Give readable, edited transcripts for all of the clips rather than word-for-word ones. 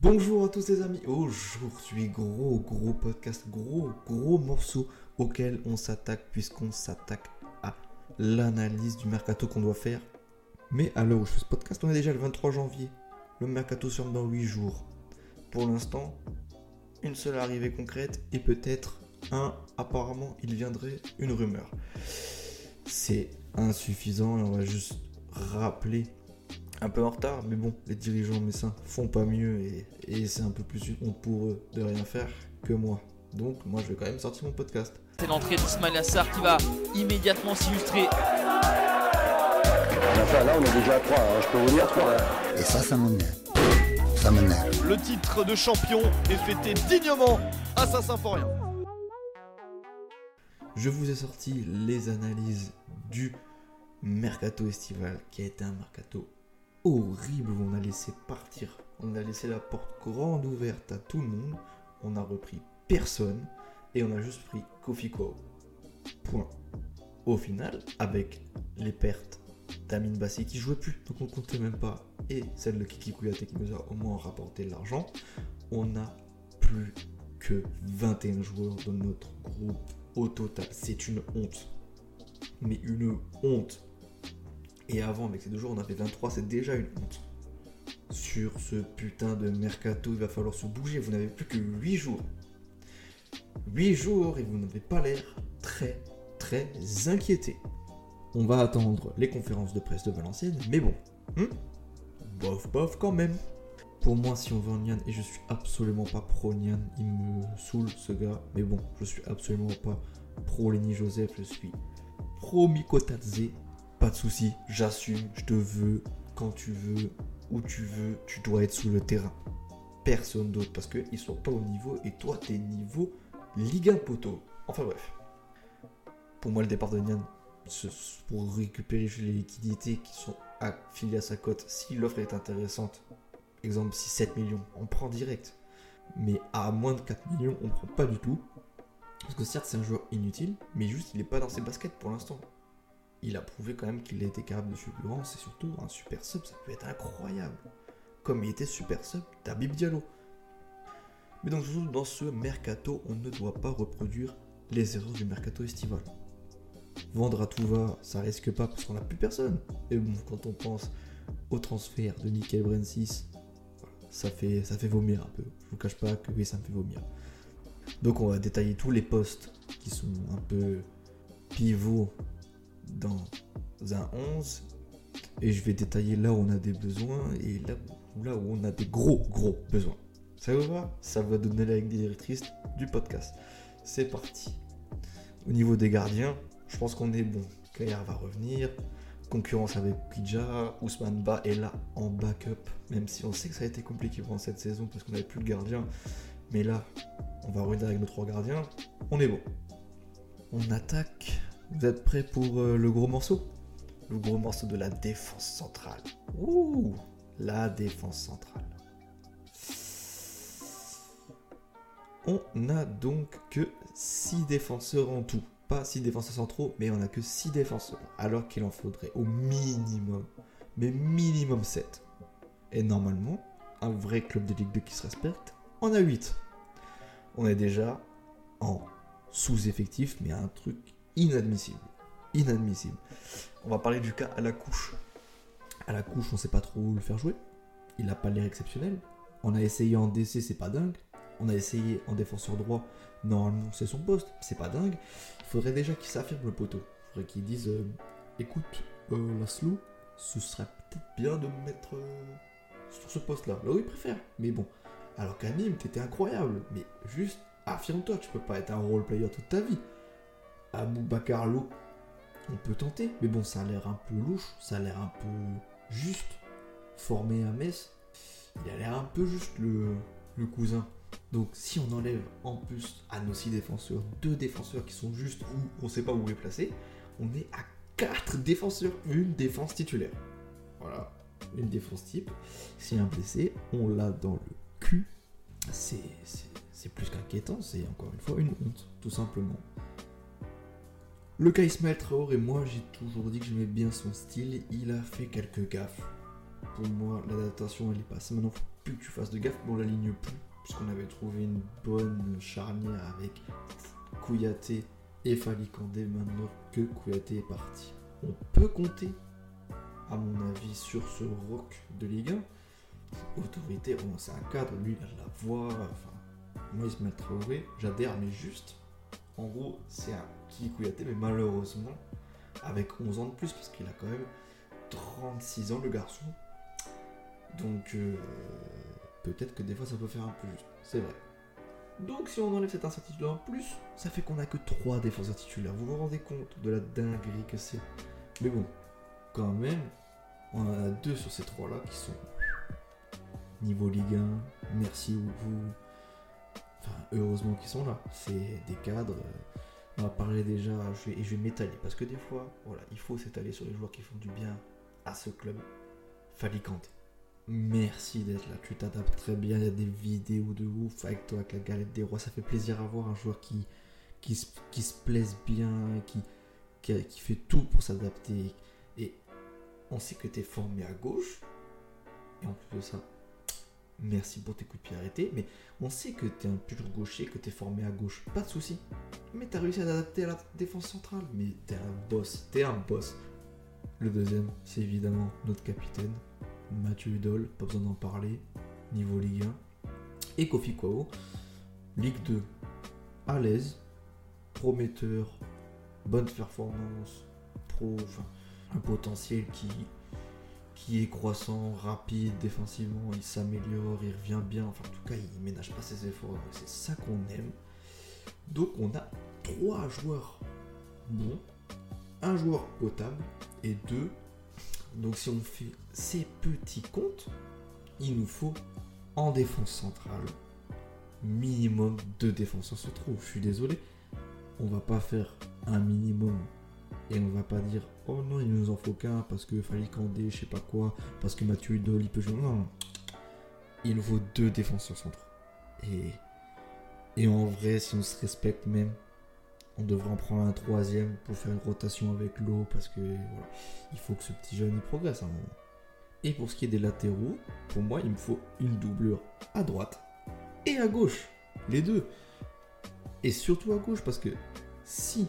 Bonjour à tous les amis, aujourd'hui gros podcast, gros morceau auquel on s'attaque puisqu'on s'attaque à l'analyse du mercato qu'on doit faire. Mais à l'heure où je fais ce podcast, on est déjà le 23 janvier, le mercato sort dans 8 jours. Pour l'instant, une seule arrivée concrète et peut-être apparemment il viendrait une rumeur. C'est insuffisant et on va juste rappeler un peu en retard, mais bon, les dirigeants messins font pas mieux et c'est un peu plus une honte pour eux de rien faire que moi. Donc moi je vais quand même sortir mon podcast. C'est l'entrée d'Ismail Assar qui va immédiatement s'illustrer. Enfin, là on est déjà à 3, je peux vous dire 3. Et ça m'énerve. Ça m'énerve. Le titre de champion est fêté dignement à Saint-Symphorien. Je vous ai sorti les analyses du mercato estival qui a été un mercato horrible où on a laissé partir, on a laissé la porte grande ouverte à tout le monde, on a repris personne et on a juste pris Kofi Kouao. Point. Au final, avec les pertes d'Amin Bassi qui jouait plus, donc on comptait même pas, et celle de Kiki Kouyaté qui nous a au moins rapporté de l'argent, on a plus que 21 joueurs dans notre groupe au total. C'est une honte. Mais une honte. Et avant, avec ces 2 jours, on avait 23, c'est déjà une honte. Sur ce putain de mercato, il va falloir se bouger. Vous n'avez plus que 8 jours. 8 jours et vous n'avez pas l'air très inquiété. On va attendre les conférences de presse de Valenciennes, mais bon. Bof quand même. Pour moi, si on veut un Nian, et je suis absolument pas pro Nian, il me saoule ce gars. Mais bon, je suis absolument pas pro Lenny Joseph, je suis pro Mikotadze. Pas de souci, j'assume, je te veux, quand tu veux, où tu veux, tu dois être sous le terrain. Personne d'autre, parce qu'ils sont pas au niveau, et toi, t'es niveau Ligue 1 poteau. Enfin bref. Pour moi, le départ de Nian, pour récupérer les liquidités qui sont affiliées à sa cote, si l'offre est intéressante, exemple 6-7 millions, on prend direct. Mais à moins de 4 millions, on prend pas du tout. Parce que certes, c'est un joueur inutile, mais juste, il est pas dans ses baskets pour l'instant. Il a prouvé quand même qu'il était capable de fulgurance et surtout un super sub, ça peut être incroyable. Comme il était super sub d'Habib Diallo. Mais donc surtout dans ce mercato, on ne doit pas reproduire les erreurs du mercato estival. Vendre à tout va, ça risque pas parce qu'on n'a plus personne. Et bon, quand on pense au transfert de Michael Brensis, ça fait vomir un peu. Je vous cache pas que oui, ça me fait vomir. Donc on va détailler tous les postes qui sont un peu pivots dans un 11 et je vais détailler là où on a des besoins et là où on a des gros besoins. Ça vous va ? Ça va donner la ligne directrice du podcast. C'est parti. Au niveau des gardiens, je pense qu'on est bon. Kayar va revenir. Concurrence avec Pidja. Ousmane Ba est là en backup. Même si on sait que ça a été compliqué pendant cette saison parce qu'on n'avait plus de gardien. Mais là, on va revenir avec nos 3 gardiens. On est bon. On attaque. Vous êtes prêts pour le gros morceau ? Le gros morceau de la défense centrale. Ouh, la défense centrale. On n'a donc que 6 défenseurs en tout. Pas 6 défenseurs centraux, mais on n'a que 6 défenseurs. Alors qu'il en faudrait au minimum, mais minimum 7. Et normalement, un vrai club de Ligue 2 qui se respecte, on a 8. On est déjà en sous-effectif, mais un truc inadmissible. On va parler du cas à la couche. À la couche, on sait pas trop où le faire jouer. Il a pas l'air exceptionnel. On a essayé en DC, c'est pas dingue. On a essayé en défenseur droit. Normalement, c'est son poste, c'est pas dingue. Il faudrait déjà qu'il s'affirme le poteau. Il faudrait qu'il dise écoute, Laszlo, ce serait peut-être bien de me mettre sur ce poste-là. Là où il préfère. Mais bon. Alors qu'à Nîmes, t'étais incroyable. Mais juste, affirme-toi, tu peux pas être un role player toute ta vie. Aboubacar Lo, on peut tenter, mais bon, ça a l'air un peu louche, ça a l'air un peu juste. Formé à Metz, il a l'air un peu juste le cousin. Donc si on enlève en plus à nos 6 défenseurs, 2 défenseurs qui sont juste où on sait pas où les placer, on est à 4 défenseurs, une défense titulaire. Voilà, une défense type. Si un blessé, on l'a dans le cul. C'est plus qu'inquiétant, c'est encore une fois une honte, tout simplement. Le cas Ismaël Traoré, moi j'ai toujours dit que j'aimais bien son style, il a fait quelques gaffes. Pour moi, l'adaptation elle est passée. Maintenant, plus que tu fasses de gaffe, mais on l'aligne plus, puisqu'on avait trouvé une bonne charnière avec Kouyaté et Fally Kandé maintenant que Kouyaté est parti. On peut compter, à mon avis, sur ce rock de Ligue 1. Autorité, bon, c'est un cadre, lui il a de la voix, enfin, moi Ismaël Traoré, j'adhère, mais juste, en gros, c'est un qui Kouyaté, mais malheureusement, avec 11 ans de plus, parce qu'il a quand même 36 ans le garçon. Donc peut-être que des fois ça peut faire un peu juste, c'est vrai. Donc si on enlève cette incertitude en plus, ça fait qu'on a que 3 défenseurs titulaires. Vous vous rendez compte de la dinguerie que c'est. Mais bon, quand même, on en a 2 sur ces 3 là qui sont niveau Ligue 1, merci vous. Enfin, heureusement qu'ils sont là, c'est des cadres. On va parler déjà, je vais m'étaler, parce que des fois, voilà, il faut s'étaler sur les joueurs qui font du bien à ce club. Fally Kandé, merci d'être là, tu t'adaptes très bien, il y a des vidéos de ouf avec toi, avec la galette des rois, ça fait plaisir à voir un joueur qui se plaise bien, qui fait tout pour s'adapter, et on sait que tu es formé à gauche, et en plus de ça, merci pour tes coups de pied arrêtés, mais on sait que tu es un pur gaucher, que tu es formé à gauche, pas de souci. Mais tu as réussi à t'adapter à la défense centrale, mais t'es un boss. Le deuxième, c'est évidemment notre capitaine, Mathieu Hudol, pas besoin d'en parler, niveau Ligue 1. Et Kofi Kwao, Ligue 2, à l'aise, prometteur, bonne performance, un potentiel qui est croissant, rapide, défensivement, il s'améliore, il revient bien, enfin en tout cas il ménage pas ses efforts, c'est ça qu'on aime. Donc on a 3 joueurs bons, 1 joueur potable et 2. Donc si on fait ces petits comptes, il nous faut en défense centrale minimum 2 défenseurs se trouvent. Je suis désolé, on va pas faire un minimum et on va pas dire oh non il nous en faut qu'un parce que Fally Kandé je sais pas quoi, parce que Mathieu Hudol il peut jouer. Non, il nous faut 2 défenseurs centraux. Et en vrai, si on se respecte même, on devrait en prendre un 3e pour faire une rotation avec l'eau, parce que voilà, il faut que ce petit jeune il progresse à un moment. Et pour ce qui est des latéraux, pour moi il me faut une doublure à droite et à gauche, les 2. Et surtout à gauche, parce que si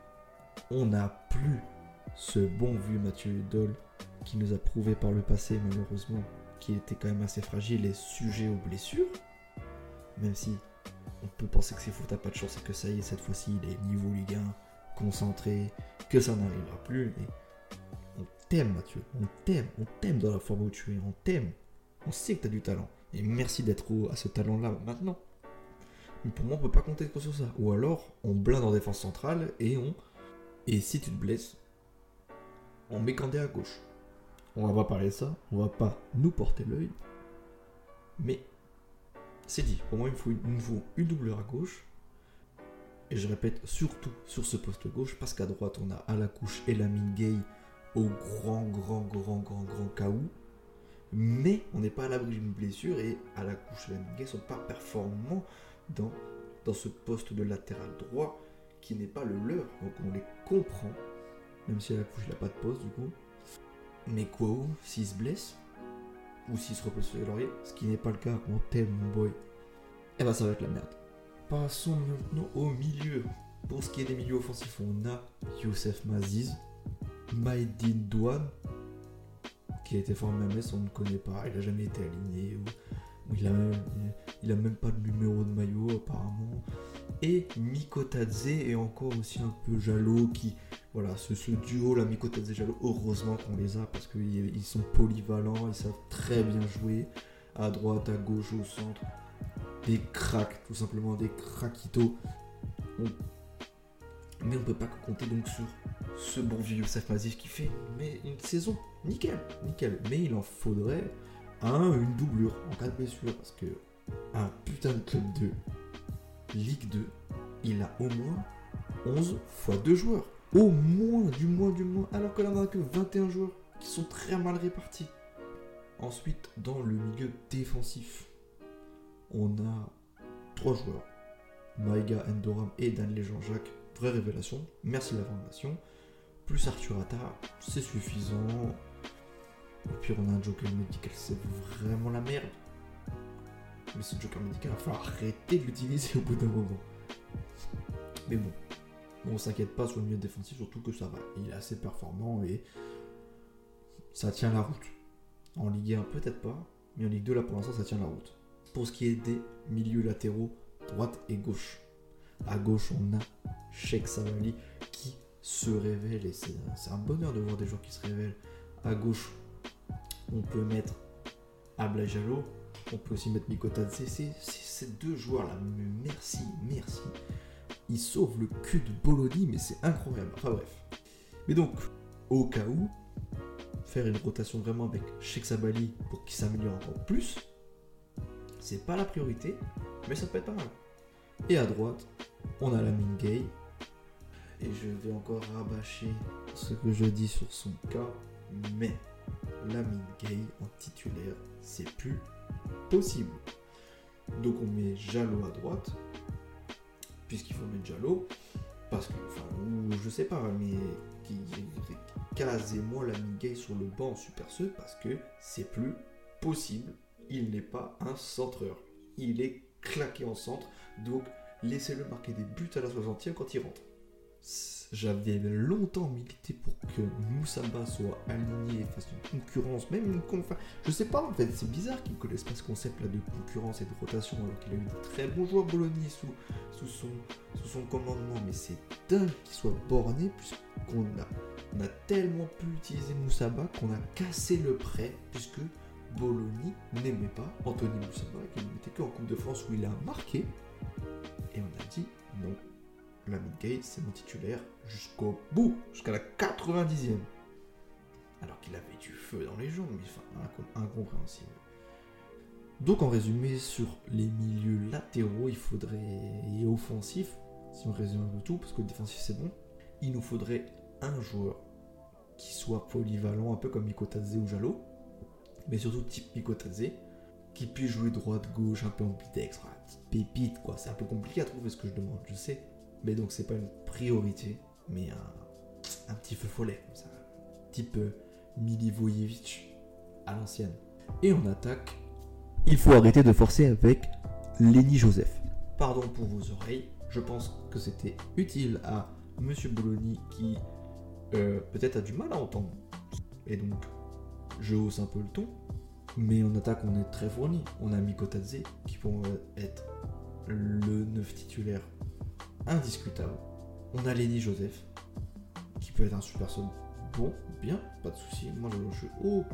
on n'a plus ce bon vieux Mathieu Hudol qui nous a prouvé par le passé malheureusement qu'il était quand même assez fragile et sujet aux blessures, même si on peut penser que c'est fou, t'as pas de chance et que ça y est, cette fois-ci il est niveau Ligue 1, concentré, que ça n'arrivera plus. Et on t'aime Mathieu, on t'aime dans la forme où tu es, on t'aime, on sait que t'as du talent. Et merci d'être à ce talent-là maintenant. Mais pour moi on peut pas compter sur ça. Ou alors on blinde en défense centrale et si tu te blesses, on met Kandé à gauche. On va pas parler de ça, on va pas nous porter l'œil, mais c'est dit, pour moi il me faut une doubleur à gauche. Et je répète, surtout sur ce poste gauche, parce qu'à droite on a Alacouche et Lamine Gueye au grand cas où. Mais on n'est pas à l'abri d'une blessure et Alacouche et Lamine Gueye sont pas performants dans ce poste de latéral droit qui n'est pas le leur. Donc on les comprend, même si Alacouche il n'a pas de poste du coup. Mais Kwao, s'il se blesse, ou s'il se repose sur les lauriers, ce qui n'est pas le cas, on t'aime mon boy, et ben ça va être la merde. Passons maintenant au milieu. Pour ce qui est des milieux offensifs, on a Youssef Maziz, Maïdine Douane, qui a été formé à Metz, on ne connaît pas, il n'a jamais été aligné, ou il a même pas de numéro de maillot apparemment, et Mikotadze et encore aussi un peu Jallo qui... Voilà, ce duo, la Mikotadze et Jallo, heureusement qu'on les a parce qu'ils sont polyvalents, ils savent très bien jouer, à droite, à gauche, au centre. Des cracks, tout simplement, des craquitos. Mais on peut pas compter donc sur ce bon vieux Youssef Maziz qui fait une saison nickel. Mais il en faudrait une doublure en cas de blessure parce que un putain de club de Ligue 2, il a au moins 11 fois 2 joueurs. Au moins, du moins, alors que là on n'a que 21 joueurs qui sont très mal répartis. Ensuite, dans le milieu défensif, on a 3 joueurs. Maïga, Endoram et Danley Jean-Jacques, vraie révélation, merci de la formation. Plus Arthur Atta, c'est suffisant. Au pire, on a un joker médical, c'est vraiment la merde. Mais ce joker médical, il va falloir arrêter de l'utiliser au bout d'un moment. Mais bon, on s'inquiète pas sur le milieu défensif, surtout que ça va. Il est assez performant et ça tient la route. En Ligue 1, peut-être pas, mais en Ligue 2, là pour l'instant, ça tient la route. Pour ce qui est des milieux latéraux, droite et gauche. À gauche, on a Sheikh Sabali qui se révèle et c'est un bonheur de voir des joueurs qui se révèlent. À gauche, on peut mettre Ablaye Jallow, on peut aussi mettre Mikotadze. Ces deux joueurs-là, merci. Ils sauvent le cul de Bologna, mais c'est incroyable. Enfin bref. Mais donc, au cas où, faire une rotation vraiment avec Sheikh Sabali pour qu'il s'améliore encore plus, c'est pas la priorité, mais ça peut être pas mal. Et à droite, on a Lamine Gueye. Et je vais encore rabâcher ce que je dis sur son cas, mais Lamine Gueye en titulaire, c'est plus possible. Donc on met Jallow à droite, puisqu'il faut mettre Jallow, parce que, ou je sais pas, mais casez-moi Lamine Gueye sur le banc en Super Sub, parce que c'est plus possible. Il n'est pas un centreur. Il est claqué en centre, donc laissez-le marquer des buts à la 60e quand il rentre. J'avais longtemps milité pour que Moussaba soit aligné et fasse une concurrence, même je sais pas en fait, c'est bizarre qu'ils ne connaissent pas ce concept là de concurrence et de rotation alors qu'il a eu de très bons joueurs Bologna sous son commandement, mais c'est dingue qu'il soit borné puisqu'on a tellement pu utiliser Moussaba qu'on a cassé le prêt puisque Bologna n'aimait pas Anthony Moussaba qui ne mettait qu'en Coupe de France où il a marqué et on a dit non. Lamine Gueye, c'est mon titulaire jusqu'au bout, jusqu'à la 90e. Alors qu'il avait du feu dans les jambes, mais incompréhensible. Donc en résumé, sur les milieux latéraux, et offensifs, si on résume un peu tout, parce que le défensif c'est bon, il nous faudrait un joueur qui soit polyvalent, un peu comme Mikotadze ou Jallow, mais surtout type Mikotadze, qui puisse jouer droite-gauche, un peu ambidextre, une petite pépite, quoi. C'est un peu compliqué à trouver ce que je demande, je sais. Mais donc c'est pas une priorité, mais un petit feu follet, comme ça, type Milivojevic à l'ancienne. Et en attaque, il faut arrêter de forcer avec Lenny Joseph. Pardon pour vos oreilles, je pense que c'était utile à Monsieur Bologna qui peut-être a du mal à entendre. Et donc, je hausse un peu le ton, mais en attaque on est très fourni. On a Mikotadze qui pourrait être le 9 titulaire indiscutable. On a Lenny Joseph qui peut être un super sub bon, bien, pas de souci. Moi je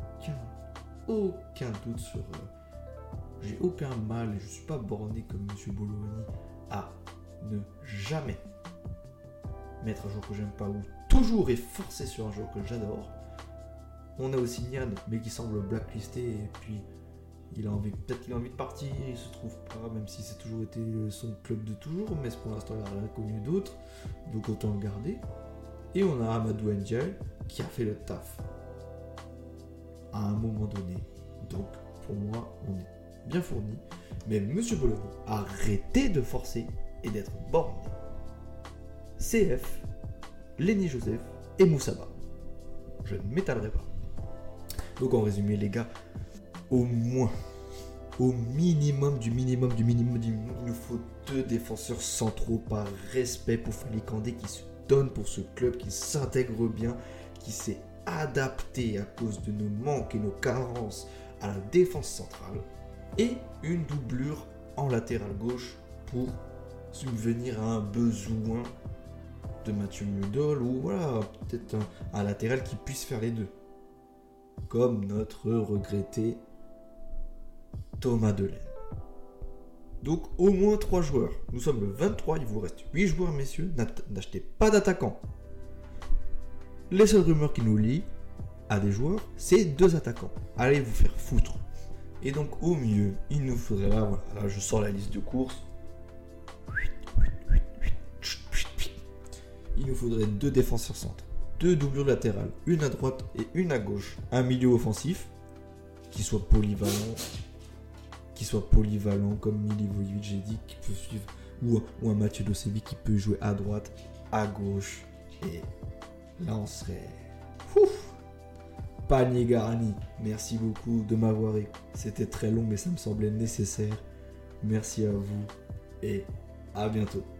aucun doute sur j'ai aucun mal et je suis pas borné comme Monsieur Bologna à ne jamais mettre un joueur que j'aime pas ou toujours et forcer sur un joueur que j'adore. On a aussi Nian mais qui semble blacklisté et puis peut-être qu'il a envie de partir, il se trouve pas, même si c'est toujours été son club de toujours, mais pour l'instant il n'a rien connu d'autre, donc autant le garder. Et on a Amadou Ndiaye qui a fait le taf à un moment donné. Donc pour moi on est bien fourni, mais Monsieur Bologna, arrêtez de forcer et d'être borné. CF, Lenny Joseph et Moussaba. Je ne m'étalerai pas. Donc en résumé les gars, au minimum du minimum, il nous faut 2 défenseurs centraux par respect pour Fali Kandé qui se donne pour ce club, qui s'intègre bien, qui s'est adapté à cause de nos manques et nos carences à la défense centrale, et une doublure en latéral gauche pour subvenir à un besoin de Mathieu Mudol ou voilà, peut-être un latéral qui puisse faire les deux, comme notre regretté Thomas Delaine. Donc au moins 3 joueurs. Nous sommes le 23, il vous reste 8 joueurs messieurs, n'achetez pas d'attaquants. Les seules rumeurs qui nous lient à des joueurs, c'est 2 attaquants. Allez vous faire foutre. Et donc au mieux, il nous faudrait là, je sors la liste de courses. Il nous faudrait 2 défenseurs centres, 2 doublures latérales, une à droite et une à gauche, un milieu offensif qui soit polyvalent comme Milivojevic, j'ai dit, qui peut suivre, ou un Mathieu Dosevi qui peut jouer à droite, à gauche, et là on serait Panier Garani. Merci beaucoup de m'avoir écouté. C'était très long mais ça me semblait nécessaire. Merci à vous et à bientôt.